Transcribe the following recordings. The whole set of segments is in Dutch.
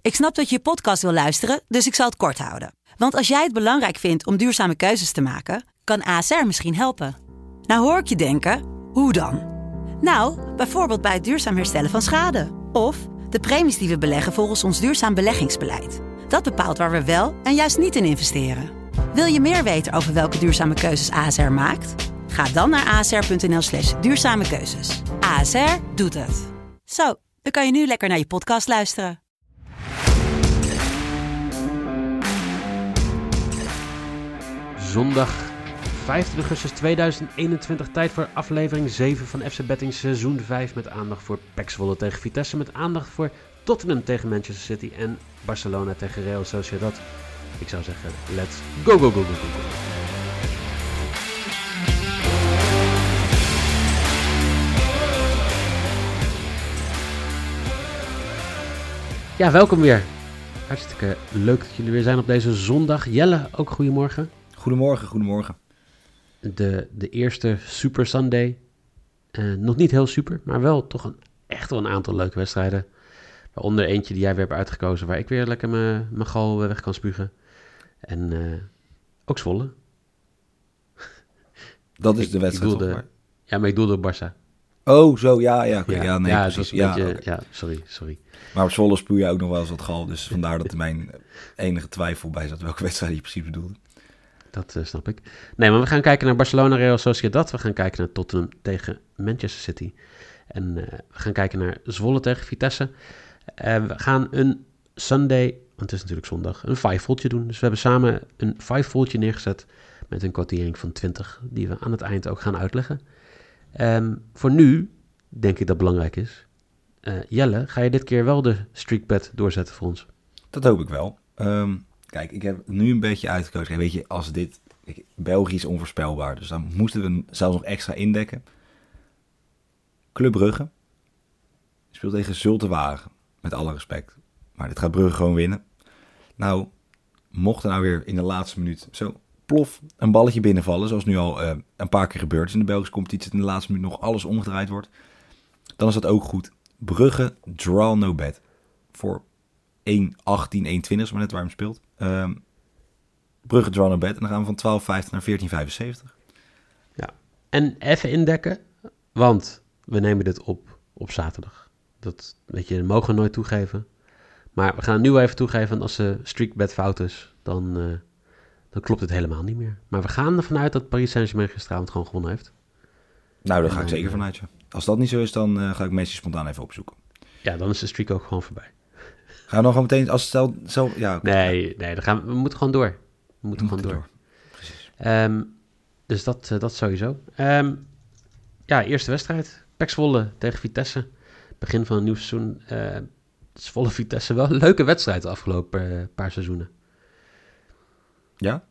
Ik snap dat je podcast wil luisteren, dus ik zal het kort houden. Want als jij het belangrijk vindt om duurzame keuzes te maken, kan ASR misschien helpen. Nou hoor ik je denken, hoe dan? Nou, bijvoorbeeld bij het duurzaam herstellen van schade. Of de premies die we beleggen volgens ons duurzaam beleggingsbeleid. Dat bepaalt waar we wel en juist niet in investeren. Wil je meer weten over welke duurzame keuzes ASR maakt? Ga dan naar asr.nl/duurzame keuzes. ASR doet het. Zo, dan kan je nu lekker naar je podcast luisteren. Zondag 15 augustus 2021, tijd voor aflevering 7 van FC Betting seizoen 5... met aandacht voor PEC Zwolle tegen Vitesse, met aandacht voor Tottenham tegen Manchester City en Barcelona tegen Real Sociedad. Ik zou zeggen, let's go, go, go, go, go. Ja, welkom weer. Hartstikke leuk dat jullie weer zijn op deze zondag. Jelle, ook goedemorgen. Goedemorgen. De eerste Super Sunday. Nog niet heel super, maar wel toch echt wel een aantal leuke wedstrijden. Waaronder eentje die jij weer hebt uitgekozen, waar ik weer lekker mijn gal weg kan spugen. En ook Zwolle. Dat is de wedstrijd toch? Ja, maar ik doelde Barça. Oh, zo, ja. Okay. Ja, nee, ja, precies. Ja, sorry. Maar op Zwolle spuw je ook nog wel eens wat gal. Dus vandaar dat er mijn enige twijfel bij zat welke wedstrijd je precies bedoelde. Dat snap ik. Nee, maar we gaan kijken naar Barcelona, Real Sociedad. We gaan kijken naar Tottenham tegen Manchester City. En we gaan kijken naar Zwolle tegen Vitesse. We gaan een Sunday, want het is natuurlijk zondag, een 5-voltje doen. Dus we hebben samen een 5-voltje neergezet met een kwartering van 20, die we aan het eind ook gaan uitleggen. Voor nu denk ik dat belangrijk is. Jelle, ga je dit keer wel de streakbet doorzetten voor ons? Dat hoop ik wel. Kijk, ik heb nu een beetje uitgekozen. Weet je, als dit... België is onvoorspelbaar, dus dan moesten we zelfs nog extra indekken. Club Brugge speelt tegen Zulte Waregem, met alle respect. Maar dit gaat Brugge gewoon winnen. Nou, mocht er nou weer in de laatste minuut zo plof een balletje binnenvallen, zoals nu al een paar keer gebeurd is in de Belgische competitie, dat in de laatste minuut nog alles omgedraaid wordt, dan is dat ook goed. Brugge, draw no bet. Voor 1,18, 1,20, maar net waar hij hem speelt. Brugge, draw no bet. En dan gaan we van 12,50 naar 14,75. Ja, en even indekken, want we nemen dit op zaterdag. Dat mogen we nooit toegeven. Maar we gaan het nu even toegeven, en als de streakbet fout is, dan klopt het helemaal niet meer. Maar we gaan ervan uit dat Paris Saint-Germain gisteravond gewoon gewonnen heeft. Nou, daar ga ik zeker vanuit, ja. Als dat niet zo is, dan ga ik Messi spontaan even opzoeken. Ja, dan is de streak ook gewoon voorbij. Gaan we dan gewoon meteen, als het zo... Ja, okay. Nee, we moeten gewoon door. We moeten gewoon door. Precies. Dus dat sowieso. Eerste wedstrijd. PEC Zwolle tegen Vitesse. Begin van een nieuw seizoen. Zwolle Vitesse, wel een leuke wedstrijd de afgelopen paar seizoenen. Ja?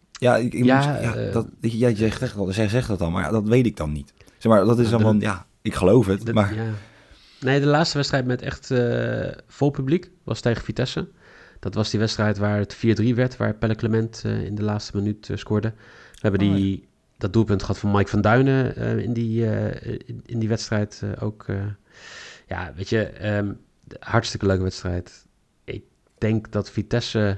Jij zegt dat al, maar dat weet ik dan niet. Zeg maar, dat is dan van, ik geloof het, maar... Ja. Nee, de laatste wedstrijd met echt vol publiek was tegen Vitesse. Dat was die wedstrijd waar het 4-3 werd, waar Pelle Clement in de laatste minuut scoorde. We hebben dat doelpunt gehad van Mike van Duinen in die wedstrijd ook. Hartstikke leuke wedstrijd. Ik denk dat Vitesse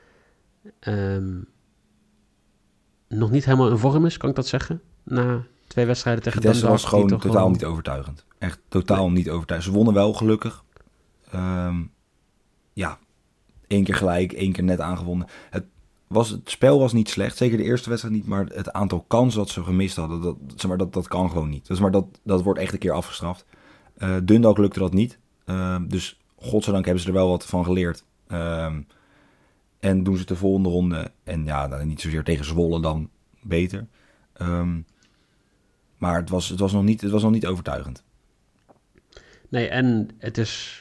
nog niet helemaal in vorm is, kan ik dat zeggen? Na 2 wedstrijden tegen Vitesse was gewoon totaal niet overtuigend. Echt totaal niet overtuigend. Ze wonnen wel gelukkig. 1 keer gelijk, 1 keer net aangewonnen. Het spel was niet slecht, zeker de eerste wedstrijd niet, maar het aantal kansen dat ze gemist hadden, dat kan gewoon niet. Dat wordt echt een keer afgestraft. Dundalk lukte dat niet. Dus godzijdank hebben ze er wel wat van geleerd. En doen ze het de volgende ronde. En niet zozeer tegen Zwolle dan beter. Maar het was nog niet overtuigend. Nee, en het is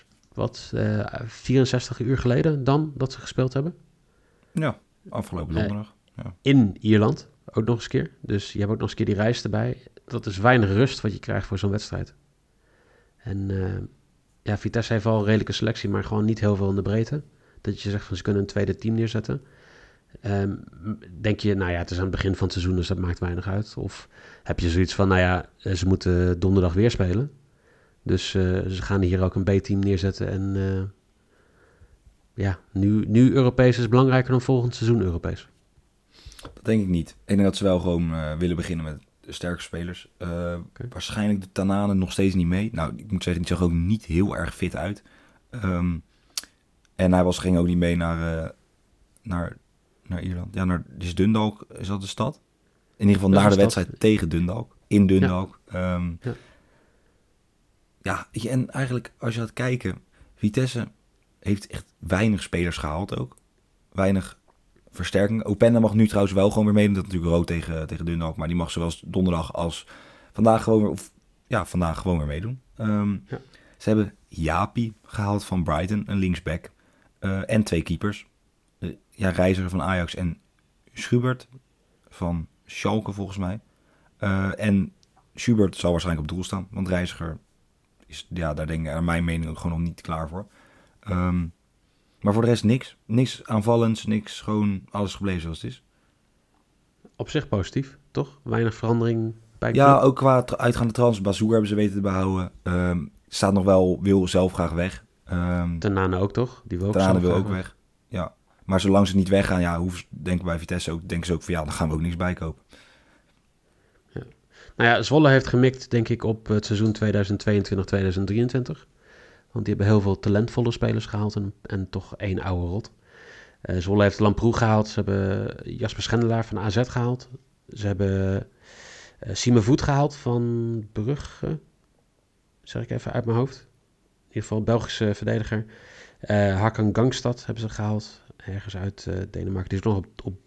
64 uur geleden dan dat ze gespeeld hebben? Ja, afgelopen donderdag. Ja. In Ierland ook nog eens keer. Dus je hebt ook nog eens keer die reis erbij. Dat is weinig rust wat je krijgt voor zo'n wedstrijd. En Vitesse heeft wel een redelijke selectie, maar gewoon niet heel veel in de breedte. Dat je zegt van ze kunnen een tweede team neerzetten. Denk je, het is aan het begin van het seizoen, dus dat maakt weinig uit. Of heb je zoiets van, ze moeten donderdag weer spelen. Dus ze gaan hier ook een B-team neerzetten. En ja, nu Europees is belangrijker dan volgend seizoen Europees. Dat denk ik niet. Ik denk dat ze wel gewoon willen beginnen met de sterke spelers. Waarschijnlijk de Tanane nog steeds niet mee. Nou, ik moet zeggen, die zag ook niet heel erg fit uit. En hij ging ook niet mee naar Ierland. Ja, is Dundalk, is dat de stad? In ieder geval naar de wedstrijd tegen Dundalk. In Dundalk. En eigenlijk als je gaat kijken, Vitesse heeft echt weinig spelers gehaald ook. Weinig versterking. Openda mag nu trouwens wel gewoon weer meedoen. Dat is natuurlijk rood tegen Dundalk. Maar die mag zowel donderdag als vandaag gewoon weer meedoen. Ze hebben Japi gehaald van Brighton, een linksback. En 2 keepers. Reiziger van Ajax en Schubert van Schalke volgens mij. En Schubert zal waarschijnlijk op doel staan. Want Reiziger is daar denk ik naar mijn mening ook gewoon nog niet klaar voor. Maar voor de rest niks. Niks aanvallends, niks. Gewoon alles gebleven zoals het is. Op zich positief, toch? Weinig verandering bij Ja, ook qua uitgaande trans. Bazoer hebben ze weten te behouden. Staat nog wel, wil zelf graag weg. Tanane ook, toch? Die wil ook Tanane wil ook weg. Ja. Maar zolang ze niet weggaan, denken bij Vitesse ook, denken ze ook van dan gaan we ook niks bijkopen. Ja. Nou ja, Zwolle heeft gemikt, denk ik, op het seizoen 2022-2023. Want die hebben heel veel talentvolle spelers gehaald en toch 1 oude rot. Zwolle heeft Lamproe gehaald. Ze hebben Jasper Schendelaar van AZ gehaald. Ze hebben Sime Voet gehaald van Brugge. Zeg ik even uit mijn hoofd. In ieder geval Belgische verdediger. Hakan Gangstad hebben ze gehaald. Ergens uit Denemarken. Die is nog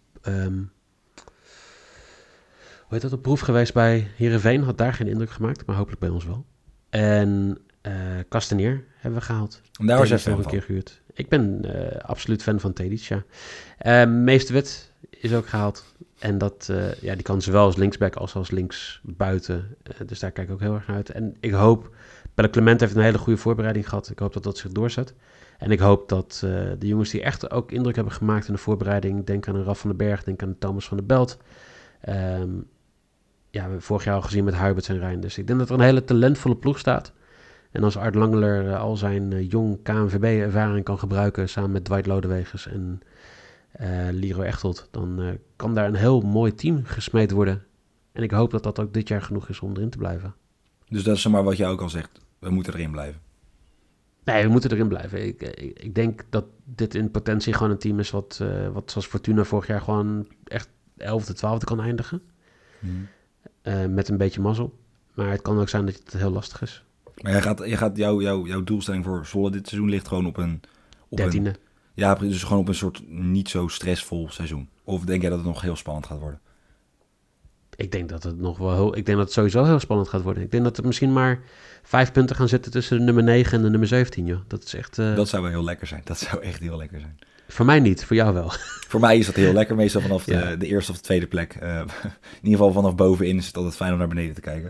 op proef geweest bij Heerenveen. Had daar geen indruk gemaakt, maar hopelijk bij ons wel. En Castanier hebben we gehaald. En daar was jij nog een van. keer gehuurd. Ik ben absoluut fan van Tedic, ja. Meestwit is ook gehaald. En die kan zowel als linksback als linksbuiten. Dus daar kijk ik ook heel erg naar uit. En ik hoop, Pelle Clement heeft een hele goede voorbereiding gehad. Ik hoop dat dat zich doorzet. En ik hoop dat de jongens die echt ook indruk hebben gemaakt in de voorbereiding, denk aan een Raf van den Berg, denk aan Thomas van der Belt. We hebben vorig jaar al gezien met Huiberts en Rijn. Dus ik denk dat er een hele talentvolle ploeg staat. En als Art Langeler al zijn jong KNVB-ervaring kan gebruiken samen met Dwight Lodewegers en Leroy Echtelt, dan kan daar een heel mooi team gesmeed worden. En ik hoop dat dat ook dit jaar genoeg is om erin te blijven. Dus dat is maar wat jij ook al zegt. We moeten erin blijven. Nee, we moeten erin blijven. Ik denk dat dit in potentie gewoon een team is wat zoals Fortuna vorig jaar gewoon echt 11e, 12e kan eindigen. Met een beetje mazzel. Maar het kan ook zijn dat het heel lastig is. Maar jouw doelstelling voor Zwolle dit seizoen ligt gewoon op een 13e. Ja, dus gewoon op een soort niet zo stressvol seizoen. Of denk jij dat het nog heel spannend gaat worden? Ik denk dat het sowieso heel spannend gaat worden. Ik denk dat er misschien maar 5 punten gaan zitten tussen de nummer 9 en de nummer 17, joh. Dat is echt... Dat zou wel heel lekker zijn. Dat zou echt heel lekker zijn. Voor mij niet, voor jou wel. Voor mij is dat heel lekker. Meestal vanaf de eerste of de tweede plek. In ieder geval vanaf bovenin is het altijd fijn om naar beneden te kijken.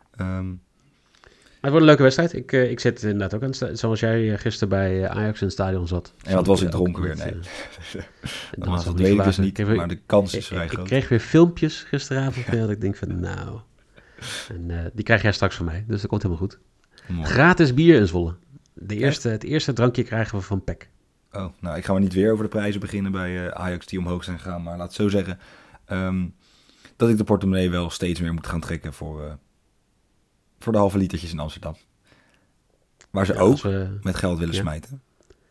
Het wordt een leuke wedstrijd. Ik zit inderdaad ook aan het zoals jij gisteren bij Ajax in het stadion zat. En wat was ik dronken weer? Nee. Dat weet ik dus niet, maar de kans is vrij groot. Ik kreeg weer filmpjes gisteravond. Dat ik denk van nou... En die krijg jij straks van mij. Dus dat komt helemaal goed. Mooi. Gratis bier in Zwolle. Het eerste drankje krijgen we van PEC. Oh, nou, ik ga maar niet weer over de prijzen beginnen bij Ajax die omhoog zijn gegaan. Maar laat het zo zeggen dat ik de portemonnee wel steeds meer moet gaan trekken voor de halve litertjes in Amsterdam. Waar ze ook met geld willen smijten.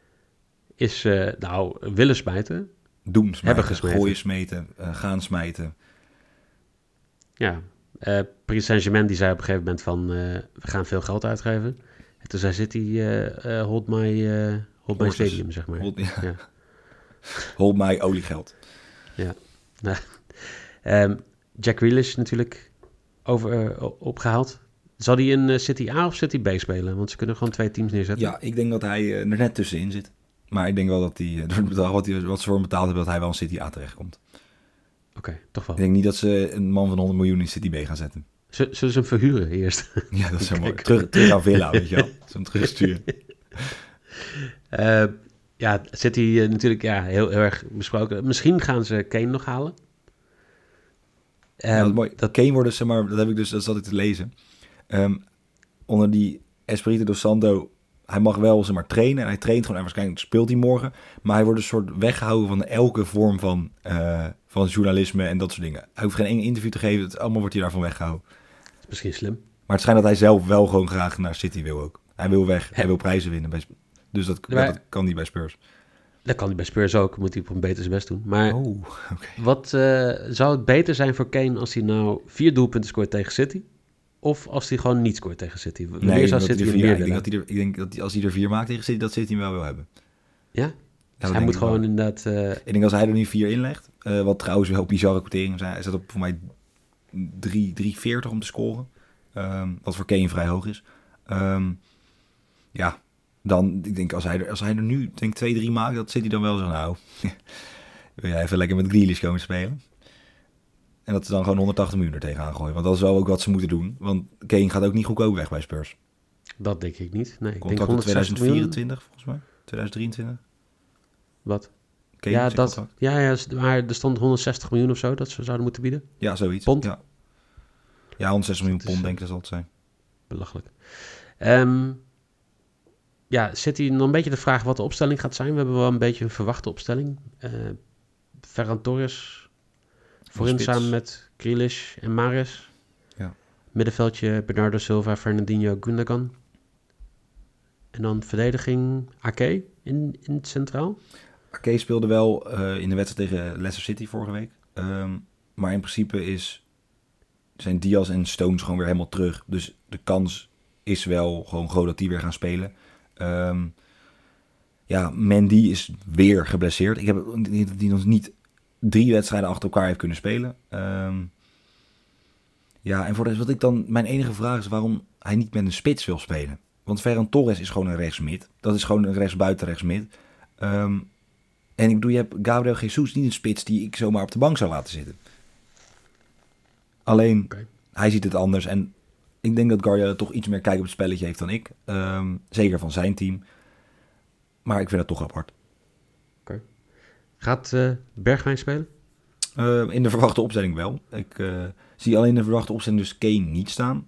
Willen smijten. Doen smijten, hebben gesmeten. Gooien smijten, gaan smijten. Ja, Paris Saint-Germain die zei op een gegeven moment van we gaan veel geld uitgeven. En toen zei City hold my stadium, zeg maar. Hold my oliegeld. Ja. Jack Grealish natuurlijk opgehaald. Zal hij in City A of City B spelen? Want ze kunnen gewoon 2 teams neerzetten. Ja, ik denk dat hij er net tussenin zit. Maar ik denk wel dat hij, door het bedrag wat ze voor hem betaald hebben, dat hij wel in City A terechtkomt. Oké, toch wel. Ik denk niet dat ze een man van 100 miljoen in City B gaan zetten. Zullen ze hem verhuren eerst? Ja, dat is zo mooi. Terug naar Villa, weet je wel. Zo'n terugsturen. City natuurlijk heel erg besproken. Misschien gaan ze Kane nog halen. Kane wordt dat heb ik dus, dat zat ik te lezen. Onder die Espirito Santo hij mag wel zeg maar trainen en hij traint gewoon en waarschijnlijk speelt hij morgen. Maar hij wordt een soort weggehouden van elke vorm van journalisme en dat soort dingen. Hij hoeft geen één interview te geven, allemaal wordt hij daarvan weggehouden. Dat is misschien slim. Maar het schijnt dat hij zelf wel gewoon graag naar City wil ook. Hij wil weg, hij wil prijzen winnen. Dus dat kan niet bij Spurs. Dat kan hij bij Spurs ook, moet hij op een beter zijn best doen. Maar Okay. Wat zou het beter zijn voor Kane als hij nou 4 doelpunten scoort tegen City? Of als hij gewoon niet scoort tegen City? Nee, zou City meer willen? Ik denk dat als hij er 4 maakt tegen City, dat City hem wel wil hebben. Ja? Dus hij moet gewoon inderdaad... Ik denk als hij er nu 4 inlegt, wat trouwens wel bizarre quotering zijn. Hij staat op voor mij 3,40 om te scoren. Wat voor Kane vrij hoog is. Dan, ik denk als hij er nu 2-3 maakt, dat City dan wel zo, nou, wil jij even lekker met Grealish komen spelen? En dat ze dan gewoon 180 miljoen er tegenaan gooien. Want dat is wel ook wat ze moeten doen. Want Kane gaat ook niet goedkoop weg bij Spurs. Dat denk ik niet. Nee, ik contract denk 2024 volgens mij. 2023. Wat? Kane, maar er stond 160 miljoen of zo dat ze zouden moeten bieden. Ja, zoiets. Pond? Ja, 160 miljoen pond denk ik dat zal het zijn. Belachelijk. Zit hier nog een beetje de vraag wat de opstelling gaat zijn. We hebben wel een beetje een verwachte opstelling. Ferran Torres voorin samen met Grealish en Mahrez. Ja. Middenveldje Bernardo Silva, Fernandinho, Gundogan. En dan verdediging Ake in het centraal. Ake speelde wel in de wedstrijd tegen Leicester City vorige week. Maar in principe zijn Diaz en Stones gewoon weer helemaal terug. Dus de kans is wel gewoon groot dat die weer gaan spelen. Mendy is weer geblesseerd. Ik heb die nog niet 3 wedstrijden achter elkaar heeft kunnen spelen. En voor de rest, wat ik dan... Mijn enige vraag is waarom hij niet met een spits wil spelen. Want Ferran Torres is gewoon een rechtsmid. Dat is gewoon een rechtsbuiten rechtsmid. En ik bedoel, je hebt Gabriel Jesus niet een spits die ik zomaar op de bank zou laten zitten. Alleen, Hij ziet het anders. En ik denk dat Guardiola toch iets meer kijk op het spelletje heeft dan ik. Zeker van zijn team. Maar ik vind dat toch apart. Okay. Gaat Bergwijn spelen? In de verwachte opstelling wel. Ik zie alleen in de verwachte opstelling dus Kane niet staan.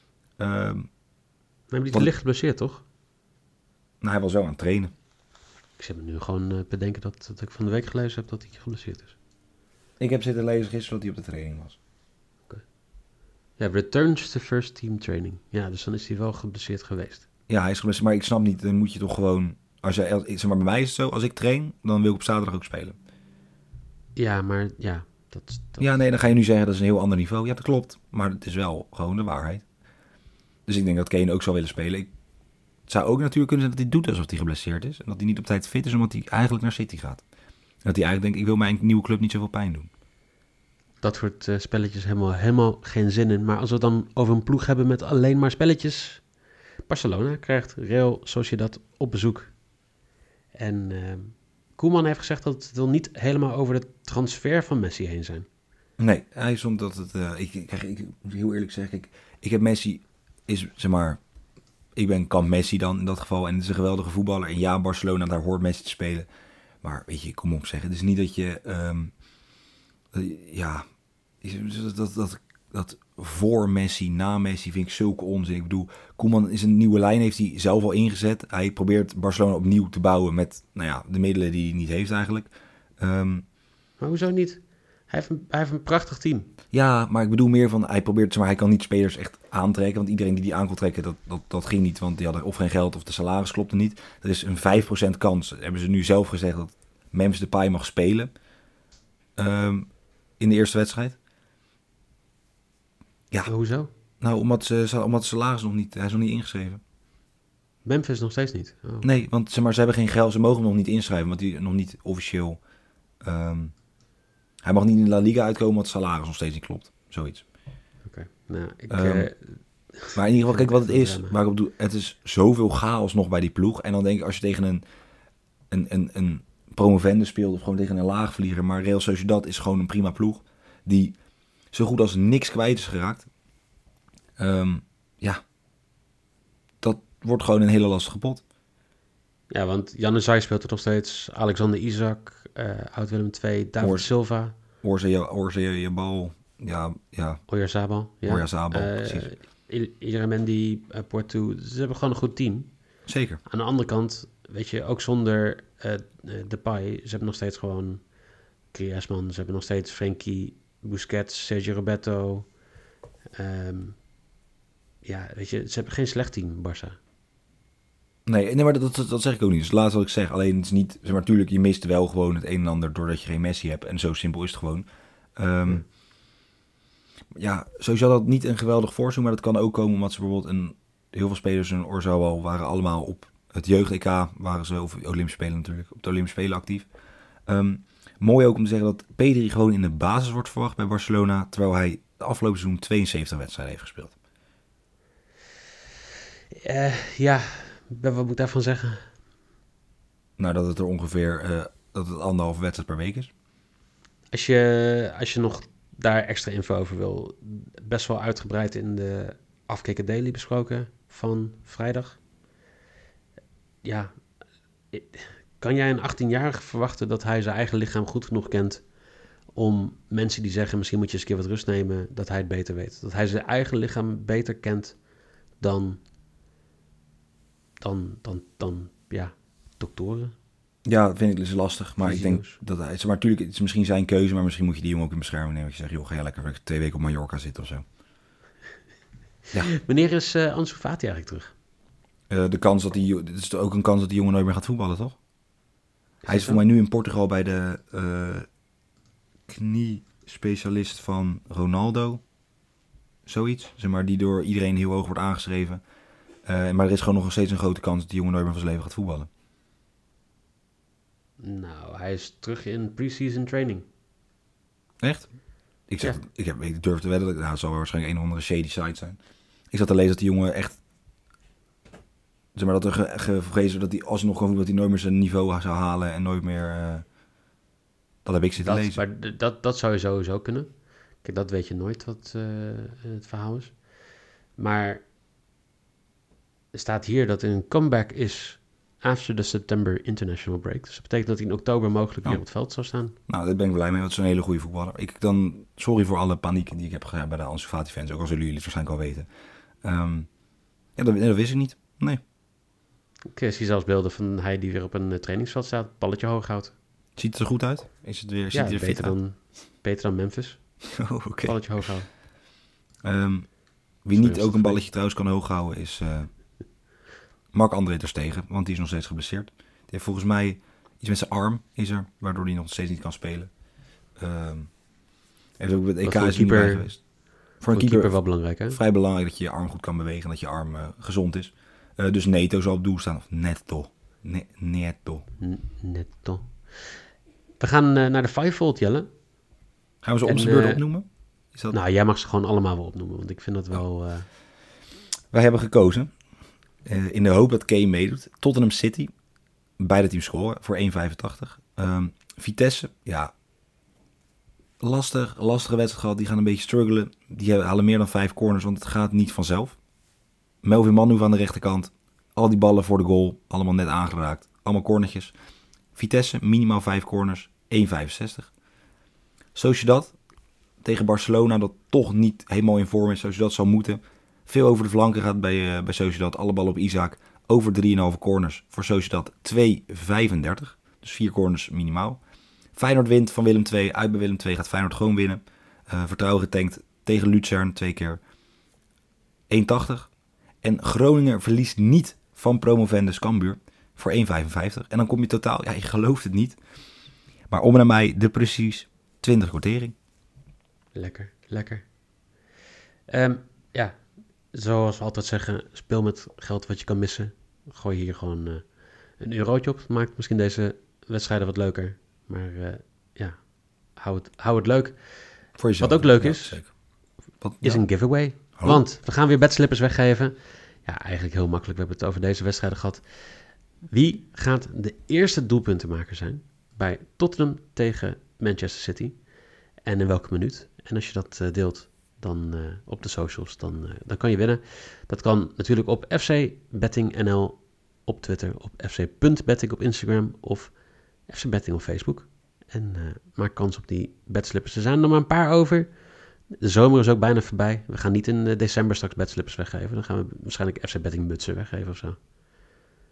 Maar die licht geblesseerd, toch? Nou, hij was wel aan het trainen. Ik zit me nu gewoon bedenken dat ik van de week gelezen heb dat hij geblesseerd is. Ik heb zitten lezen gisteren dat hij op de training was. Ja, returns to first team training. Ja, dus dan is hij wel geblesseerd geweest. Ja, hij is geblesseerd, maar ik snap niet, dan moet je toch gewoon... Zeg maar, bij mij is het zo, als ik train, dan wil ik op zaterdag ook spelen. Ja, maar ja... Ja, nee, dan ga je nu zeggen dat is een heel ander niveau. Ja, dat klopt, maar het is wel gewoon de waarheid. Dus ik denk dat Kane ook zal willen spelen. Het zou ook natuurlijk kunnen zijn dat hij doet alsof hij geblesseerd is. En dat hij niet op tijd fit is, omdat hij eigenlijk naar City gaat. En dat hij eigenlijk denkt, ik wil mijn nieuwe club niet zoveel pijn doen. Dat soort spelletjes helemaal geen zin in. Maar als we het dan over een ploeg hebben met alleen maar spelletjes... Barcelona krijgt Real Sociedad op bezoek. En Koeman heeft gezegd dat het wil niet helemaal over de transfer van Messi heen zijn. Nee, hij stond dat het... Ik moet heel eerlijk zeggen, ik heb Messi... zeg maar, ik ben kamp Messi dan in dat geval. En het is een geweldige voetballer. En ja, Barcelona, daar hoort Messi te spelen. Maar weet je, kom op zeggen. Het is niet dat je... Dat voor Messi, na Messi vind ik zulke onzin. Ik bedoel, Koeman is een nieuwe lijn, heeft hij zelf al ingezet. Hij probeert Barcelona opnieuw te bouwen met de middelen die hij niet heeft eigenlijk. Maar hoezo niet? Hij heeft een prachtig team. Ja, maar ik bedoel meer van, hij probeert, hij kan niet spelers echt aantrekken. Want iedereen die aan kon trekken, dat ging niet. Want die hadden of geen geld of de salaris klopte niet. Er is een 5% kans, hebben ze nu zelf gezegd, dat Memphis Depay mag spelen. In de eerste wedstrijd. Ja. Maar hoezo? Nou, omdat de salaris nog niet... Hij is nog niet ingeschreven. Memphis nog steeds niet? Oh. Nee, want ze hebben geen geld. Ze mogen hem nog niet inschrijven, want hij nog niet officieel... hij mag niet in de La Liga uitkomen, omdat het salaris nog steeds niet klopt. Zoiets. Oké. Nou, maar in ieder geval, kijk wat het is. Waar ik op doe, het is zoveel chaos nog bij die ploeg. En dan denk ik, als je tegen een promovende speelt... of gewoon tegen een laagvlieger... maar Real Sociedad is gewoon een prima ploeg... die zo goed als niks kwijt is geraakt... dat wordt gewoon een hele lastige pot. Ja, want Januzaj speelt er nog steeds. Alexander Isak, Oud-Willem II, David Silva. Oyarzabal. Oyarzabal, ja. Oyarzabal, precies. Illaramendi, Porto. Ze hebben gewoon een goed team. Zeker. Aan de andere kant, weet je, ook zonder Depay, ze hebben nog steeds gewoon Griezmann, ze hebben nog steeds Frenkie, Busquets, Sergio Roberto. Weet je, ze hebben geen slecht team, Barça. Nee, maar dat zeg ik ook niet. Dus laatst wat ik zeg. Alleen het is niet... Zeg maar, natuurlijk, je mist wel gewoon het een en ander doordat je geen Messi hebt. En zo simpel is het gewoon. Ja, sowieso dat niet een geweldig voorseizoen. Maar dat kan ook komen omdat ze bijvoorbeeld heel veel spelers in Orzabal waren allemaal op het jeugd-EK. Waren ze, of Olympische Spelen natuurlijk. Op de Olympische Spelen actief. Mooi ook om te zeggen dat Pedri gewoon in de basis wordt verwacht bij Barcelona. Terwijl hij de afgelopen seizoen 72 wedstrijden heeft gespeeld. Wat moet ik daarvan zeggen? Nou, dat het er ongeveer dat het 1,5 wedstrijd per week is. Als je nog daar extra info over wil, best wel uitgebreid in de Afkikken Daily besproken van vrijdag. Ja, kan jij een 18-jarige verwachten dat hij zijn eigen lichaam goed genoeg kent om mensen die zeggen misschien moet je eens een keer wat rust nemen, dat hij het beter weet? Dat hij zijn eigen lichaam beter kent dan doktoren? Ja, vind ik dus lastig. Maar ik denk dat hij... Maar natuurlijk, het is misschien zijn keuze, maar misschien moet je die jongen ook in bescherming nemen. Dat je zegt, joh, ga jij lekker 2 weken op Mallorca zitten of zo. Ja. Wanneer is Ansu Fati eigenlijk terug? De kans dat het is ook een kans dat die jongen nooit meer gaat voetballen, toch? Hij is voor mij nu in Portugal bij de kniespecialist van Ronaldo. Zoiets. Zeg maar, die door iedereen heel hoog wordt aangeschreven. Maar er is gewoon nog steeds een grote kans dat die jongen nooit meer van zijn leven gaat voetballen. Nou, hij is terug in pre-season training. Echt? Ik durf te wedden, het zal waarschijnlijk een of andere shady site zijn. Ik zat te lezen dat die jongen echt... Zeg maar, dat er gevreesd dat hij als hij nog gewoon dat hij nooit meer zijn niveau zou halen en nooit meer... dat heb ik zitten lezen. Maar dat zou je sowieso kunnen. Kijk, dat weet je nooit wat het verhaal is. Maar er staat hier dat er een comeback is after the September international break. Dus dat betekent dat hij in oktober mogelijk weer op het veld zou staan. Nou, daar ben ik blij mee, want het is een hele goede voetballer. Sorry voor alle paniek die ik heb gehad bij de Ansu Fati fans, ook al zullen jullie het waarschijnlijk al weten. Dat wist ik niet. Nee. Ik zie zelfs beelden van hij die weer op een trainingsveld staat, balletje hoog houdt. Ziet het er goed uit? Is het weer, ziet het er beter dan Memphis. Oh, okay. Balletje hoog houden. Wie niet ook een balletje trouwens kan hoog houden is Marc-André ter Stegen, want die is nog steeds geblesseerd. Die heeft volgens mij iets met zijn arm, waardoor hij nog steeds niet kan spelen. Heeft ook met het EK is niet bij geweest. Voor een keeper wel belangrijk, hè? Vrij belangrijk dat je je arm goed kan bewegen en dat je arm gezond is. Dus Neto zal op doel staan, of Neto. Neto. We gaan naar de Fivefold, Jelle. Gaan we ze om zijn beurt opnoemen? Is dat... Nou, jij mag ze gewoon allemaal wel opnoemen, want ik vind dat wel... Wij hebben gekozen, in de hoop dat Kane meedoet, Tottenham City. Beide teams scoren voor 1,85. Vitesse, ja, lastige wedstrijd gehad. Die gaan een beetje struggelen. Die halen meer dan 5 corners, want het gaat niet vanzelf. Melvin Manhoef aan de rechterkant. Al die ballen voor de goal, allemaal net aangeraakt. Allemaal cornertjes. Vitesse, minimaal 5 corners, 1,65. Sociedad tegen Barcelona, dat toch niet helemaal in vorm is zoals je dat zou moeten. Veel over de flanken gaat bij Sociedad. Alle ballen op Isaac. Over 3,5 corners voor Sociedad 2,35. Dus 4 corners minimaal. Feyenoord wint van Willem II. Uit bij Willem II gaat Feyenoord gewoon winnen. Vertrouwen getankt tegen Luzern 2 keer. 1,80. En Groningen verliest niet van promovendus Cambuur voor 1,55. En dan kom je totaal, ja, je gelooft het niet. Maar om en mij de precies 20 quotering. Lekker. Ja, zoals we altijd zeggen, speel met geld wat je kan missen. Gooi hier gewoon een eurotje op. Maakt misschien deze wedstrijden wat leuker. Maar hou het leuk. Voor jezelf. Wat ook leuk is een giveaway. Oh. Want we gaan weer bedslippers weggeven. Ja, eigenlijk heel makkelijk. We hebben het over deze wedstrijden gehad. Wie gaat de eerste doelpuntenmaker zijn bij Tottenham tegen Manchester City? En in welke minuut? En als je dat deelt dan op de socials, dan kan je winnen. Dat kan natuurlijk op FC Betting NL op Twitter, op fc.betting op Instagram of FC Betting op Facebook. En maak kans op die bedslippers. Er zijn er nog maar een paar over. De zomer is ook bijna voorbij. We gaan niet in december straks bedslippers weggeven. Dan gaan we waarschijnlijk FC Betting mutsen weggeven of zo.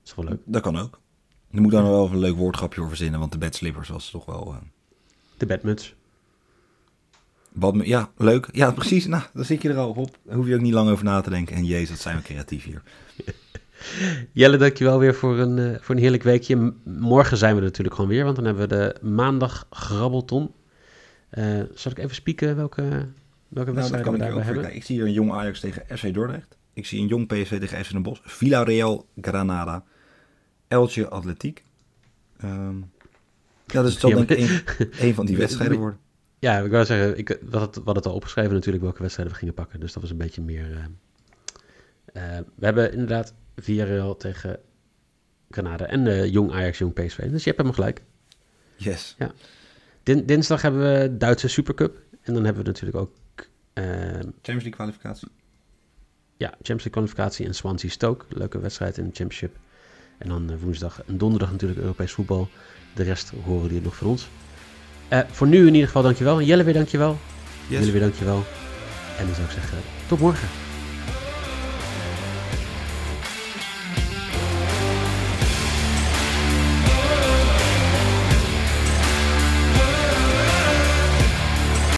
is wel leuk. Dat kan ook. Je moet dan wel even een leuk woordgrapje voor verzinnen, want de bedslippers was toch wel... De bedmuts. Ja, leuk. Ja, precies. Nou, dan zit je er al op. Daar hoef je ook niet lang over na te denken. En jezus, wat zijn we creatief hier. Jelle, dankjewel weer voor een heerlijk weekje. Morgen zijn we er natuurlijk gewoon weer, want dan hebben we de maandag grabbelton. Zal ik even spieken welke wedstrijden we daarbij hebben? Ik zie hier een jong Ajax tegen FC Dordrecht. Ik zie een jong PSV tegen FC Den Bosch. Villarreal Granada. Elche Atletiek. Ja, dus het zal denk ik een van die wedstrijden worden. Ja, ik wou zeggen, we hadden het al opgeschreven natuurlijk welke wedstrijden we gingen pakken. Dus dat was een beetje meer... we hebben inderdaad Villarreal tegen Granada en jong Ajax, jong PSV. Dus je hebt hem gelijk. Yes. Ja. Dinsdag hebben we Duitse Supercup. En dan hebben we natuurlijk ook... Champions League kwalificatie. Ja, Champions League kwalificatie en Swansea Stoke. Leuke wedstrijd in de Championship. En dan woensdag en donderdag natuurlijk Europees voetbal. De rest horen die nog van ons. Voor nu in ieder geval dankjewel. Jelle weer dankjewel. Yes. Jullie weer dankjewel. En dan zou ik zeggen, tot morgen.